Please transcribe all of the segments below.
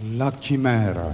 La chimera.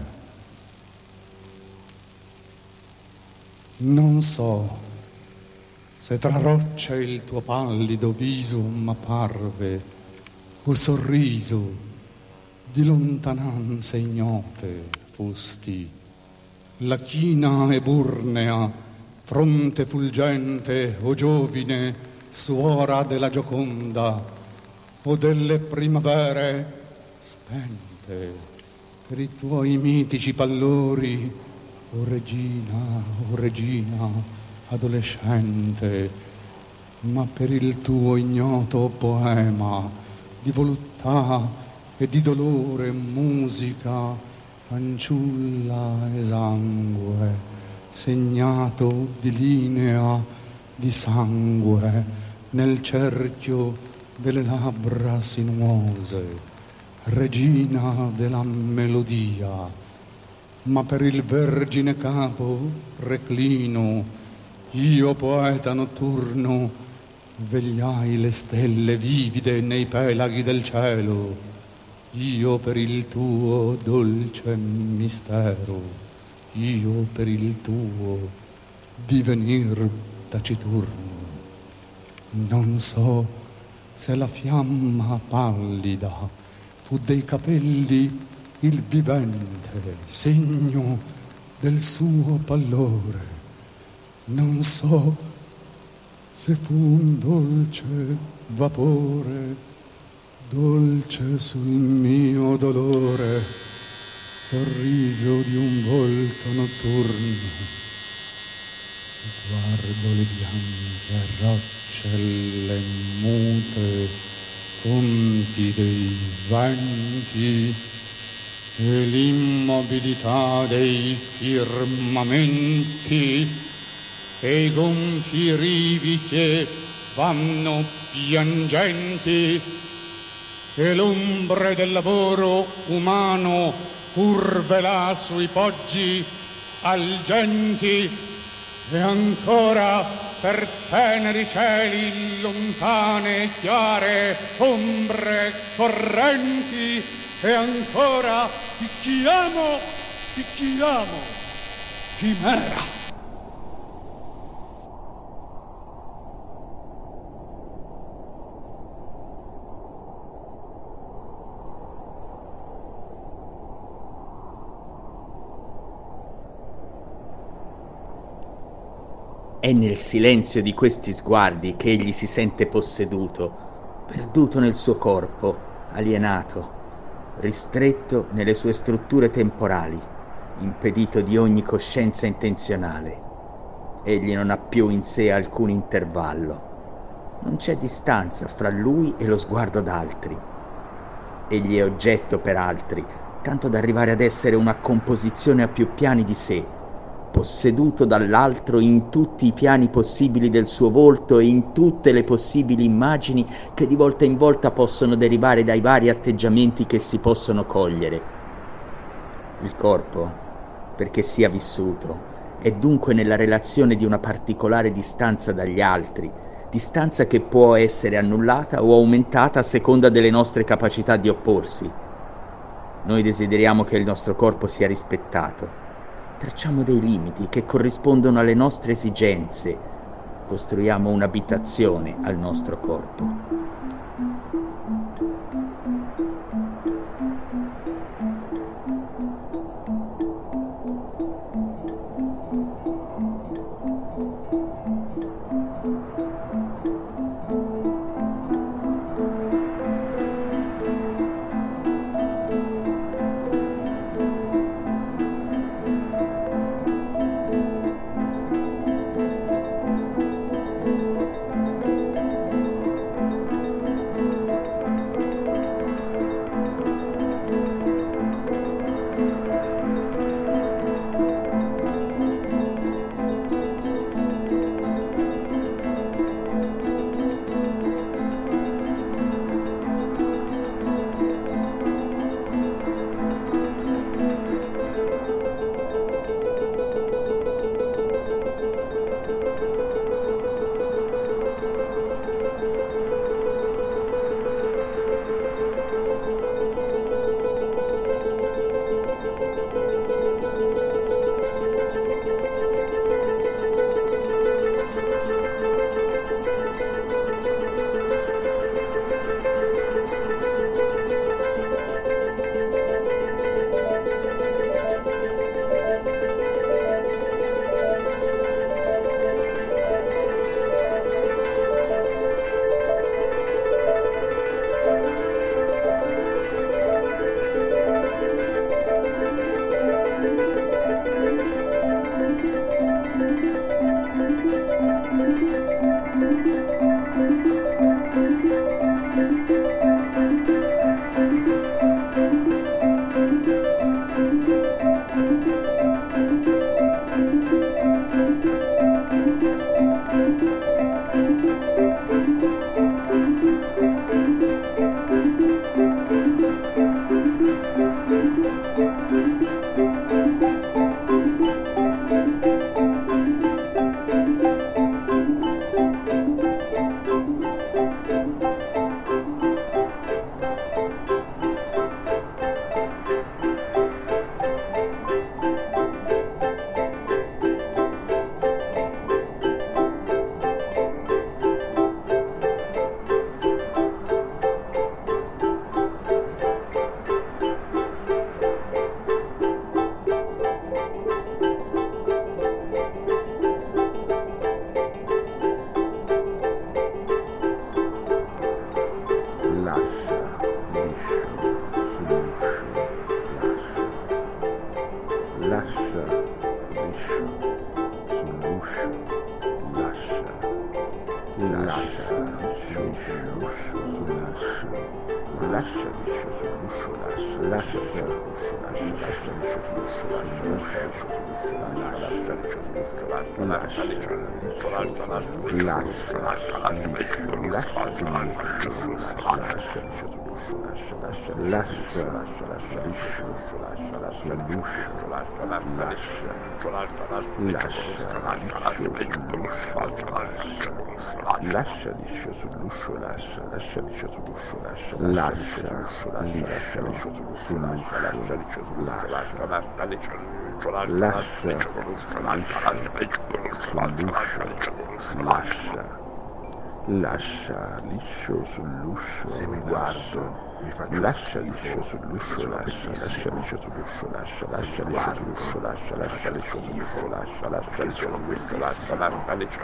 Non so se tra rocce il tuo pallido viso m'apparve, o sorriso di lontananze ignote fosti. La china e burnea, fronte fulgente, o giovine, suora della Gioconda, o delle primavere spente per i tuoi mitici pallori, o regina adolescente, ma per il tuo ignoto poema di voluttà e di dolore musica, fanciulla esangue, segnato di linea di sangue nel cerchio delle labbra sinuose, regina della melodia, ma per il vergine capo reclino, io poeta notturno, vegliai le stelle vivide nei pelaghi del cielo, io per il tuo dolce mistero, io per il tuo divenir taciturno. Non so se la fiamma pallida fu dei capelli il vivente segno del suo pallore. Non so se fu un dolce vapore, dolce sul mio dolore, sorriso di un volto notturno. Guardo le bianche rocce, le mute fonti dei venti e l'immobilità dei firmamenti e i gonfi rivi che vanno piangenti e l'ombre del lavoro umano curve là sui poggi algenti e ancora per teneri cieli lontane chiare ombre correnti e ancora picchiamo, chimera. È nel silenzio di questi sguardi che egli si sente posseduto, perduto nel suo corpo, alienato, ristretto nelle sue strutture temporali, impedito di ogni coscienza intenzionale. Egli non ha più in sé alcun intervallo. Non c'è distanza fra lui e lo sguardo d'altri. Egli è oggetto per altri, tanto da arrivare ad essere una composizione a più piani di sé, posseduto dall'altro in tutti i piani possibili del suo volto e in tutte le possibili immagini che di volta in volta possono derivare dai vari atteggiamenti che si possono cogliere. Il corpo, perché sia vissuto, è dunque nella relazione di una particolare distanza dagli altri, distanza che può essere annullata o aumentata a seconda delle nostre capacità di opporsi. Noi desideriamo che il nostro corpo sia rispettato. Tracciamo dei limiti che corrispondono alle nostre esigenze. Costruiamo un'abitazione al nostro corpo. lascia liscio sull'uscio, lascia liscio sull'uscio, lascia liscio sull'uscio, se mi guardo mi faccio lascia liscio sull'uscio, lascia liscio sull'uscio, lascia liscio sull'uscio, lascia liscio sull'uscio, lascia liscio sull'uscio, lascia liscio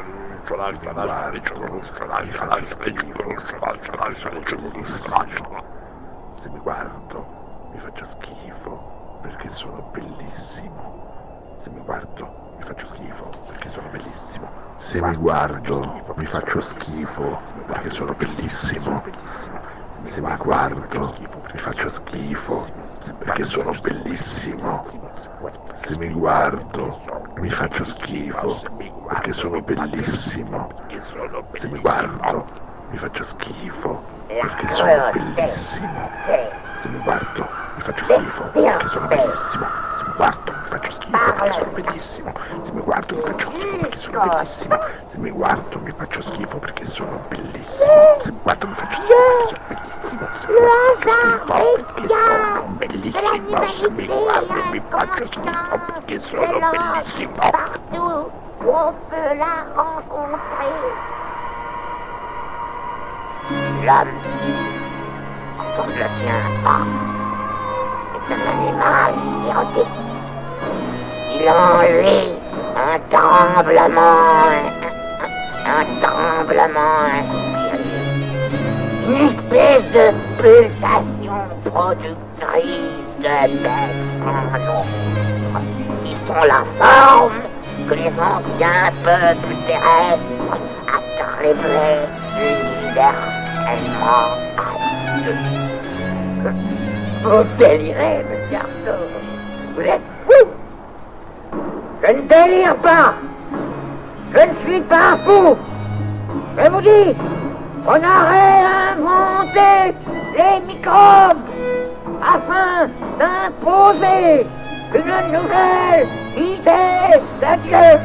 sull'uscio. Se mi guardo mi faccio schifo perché sono bellissimo. Se mi guardo mi faccio schifo perché sono bellissimo. Se mi guardo mi faccio schifo perché sono bellissimo. Se mi guardo mi faccio schifo perché sono bellissimo. Se mi guardo mi faccio schifo perché sono bellissimo. Se mi guardo mi faccio schifo perché sono bellissimo. Se mi guardo mi faccio schifo perché sono bellissimo. Se mi guardo mi faccio schifo perché sono bellissimo. Se mi guardo mi faccio schifo perché sono bellissimo. Se mi guardo mi faccio schifo perché sono bellissimo. Se mi guardo mi faccio schifo perché sono bellissimo. Se mi guardo mi faccio schifo perché sono bellissimo. Se mi guardo mi faccio schifo perché sono bellissimo. Partout où on peut la rencontrer. L'homme, quand on ne le tient pas, est un animal érotique. Il a en lui un tremblement inspiré. Une espèce de pulsation productrice de belles en nombre, qui sont la forme que les anciens peuples terrestres attribuaient universellement à Dieu. Vous délirez, mes garçons. Vous êtes fous. Je ne délire pas. Je ne suis pas fou. Je vous dis, on a réinventé les microbes afin d'imposer une nouvelle idée de Dieu.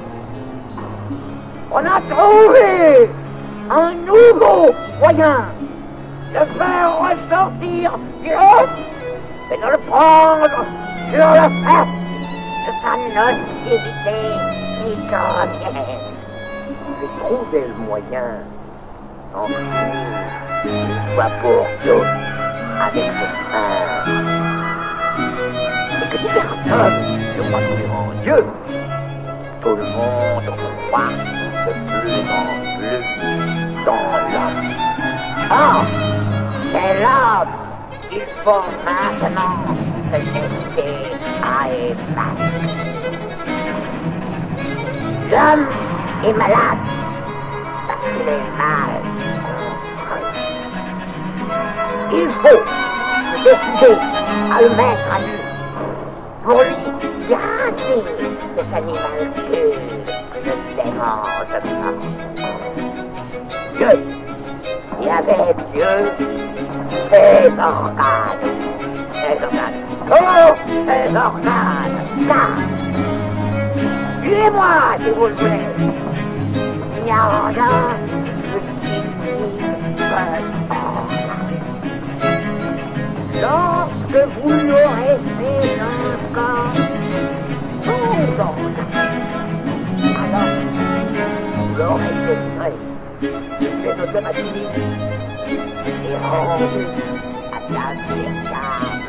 On a trouvé un nouveau moyen de faire ressortir Dieu et de le prendre sur le fait de sa nocivité microbienne. J'ai trouvé le moyen d'en finir une fois pour toutes avec ce frère. Et que si personne ne croit plus en Dieu, tout le monde croit de plus en plus dans l'homme. Or, c'est l'homme qu'il faut maintenant se laisser à effacer. L'homme est malade parce qu'il est mal construit. Il faut se décider à le mettre à nu pour lui garder cet animalcule ne dérange pas. Dieu, et avec Dieu, ses organes. Oh, ses organes, là. Tuez-moi si vous le voulez. Il n'y a rien de lorsque vous l'aurez fait encore, tout alors vous l'aurez délivré. C'est automatique et rendu à ta véritable.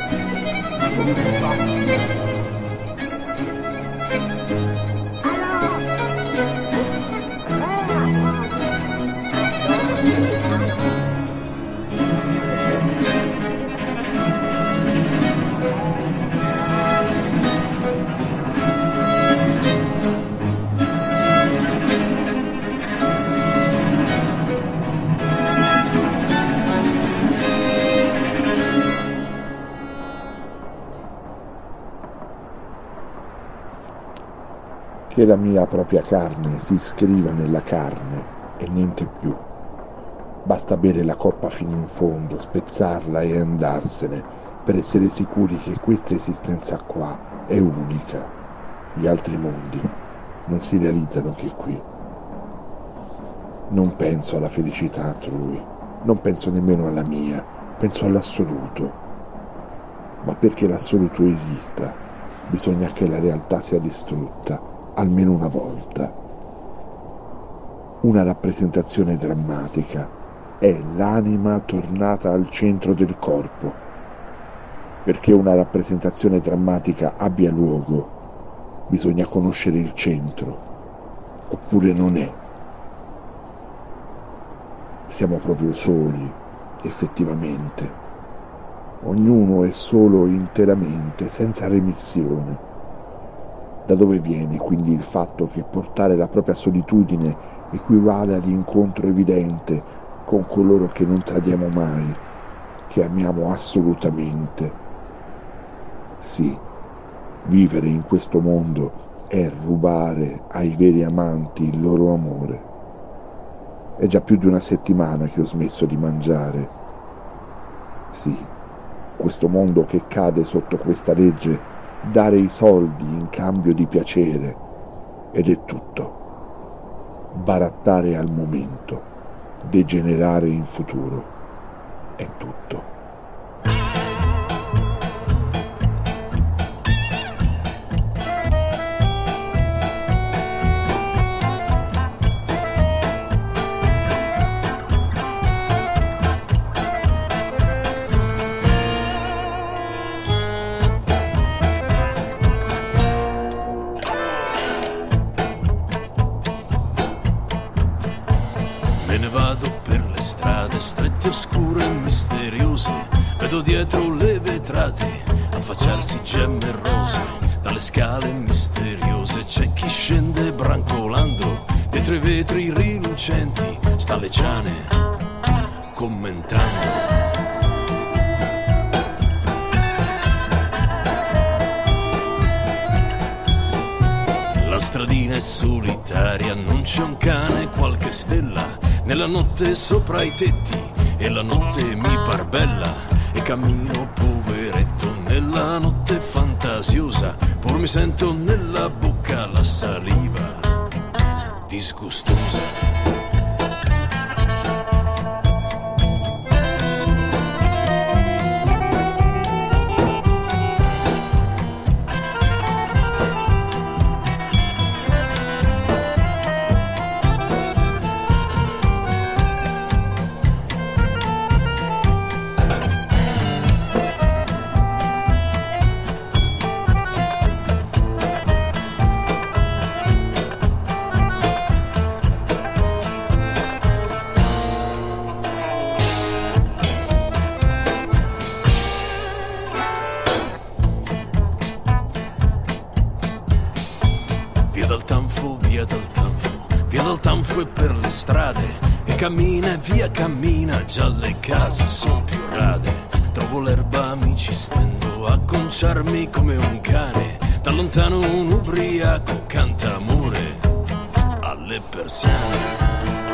Alors, che la mia propria carne si iscriva nella carne e niente più. Basta bere la coppa fino in fondo, spezzarla e andarsene per essere sicuri che questa esistenza qua è unica. Gli altri mondi non si realizzano che qui. Non penso alla felicità altrui, non penso nemmeno alla mia, penso all'assoluto. Ma perché l'assoluto esista, bisogna che la realtà sia distrutta, almeno una volta. Una rappresentazione drammatica è l'anima tornata al centro del corpo. Perché una rappresentazione drammatica abbia luogo, bisogna conoscere il centro, oppure non è. Siamo proprio soli, effettivamente. Ognuno è solo interamente, senza remissione. Da dove viene quindi il fatto che portare la propria solitudine equivale all'incontro evidente con coloro che non tradiamo mai, che amiamo assolutamente? Sì, vivere in questo mondo è rubare ai veri amanti il loro amore. È già più di una settimana che ho smesso di mangiare. Sì, questo mondo che cade sotto questa legge, dare i soldi in cambio di piacere, ed è tutto. Barattare al momento, degenerare in futuro, è tutto. Dietro le vetrate affacciarsi gemme rose, dalle scale misteriose c'è chi scende brancolando, dietro i vetri rilucenti sta le ciane commentando. La stradina è solitaria, non c'è un cane, qualche stella nella notte sopra i tetti, e la notte mi par bella. E cammino poveretto nella notte fantasiosa, pur mi sento nella bocca la saliva disgustosa. Via dal tanfo e per le strade, e cammina e via cammina, già le case son più rade. Trovo l'erba, mi ci stendo a conciarmi come un cane, da lontano un ubriaco canta amore alle persiane.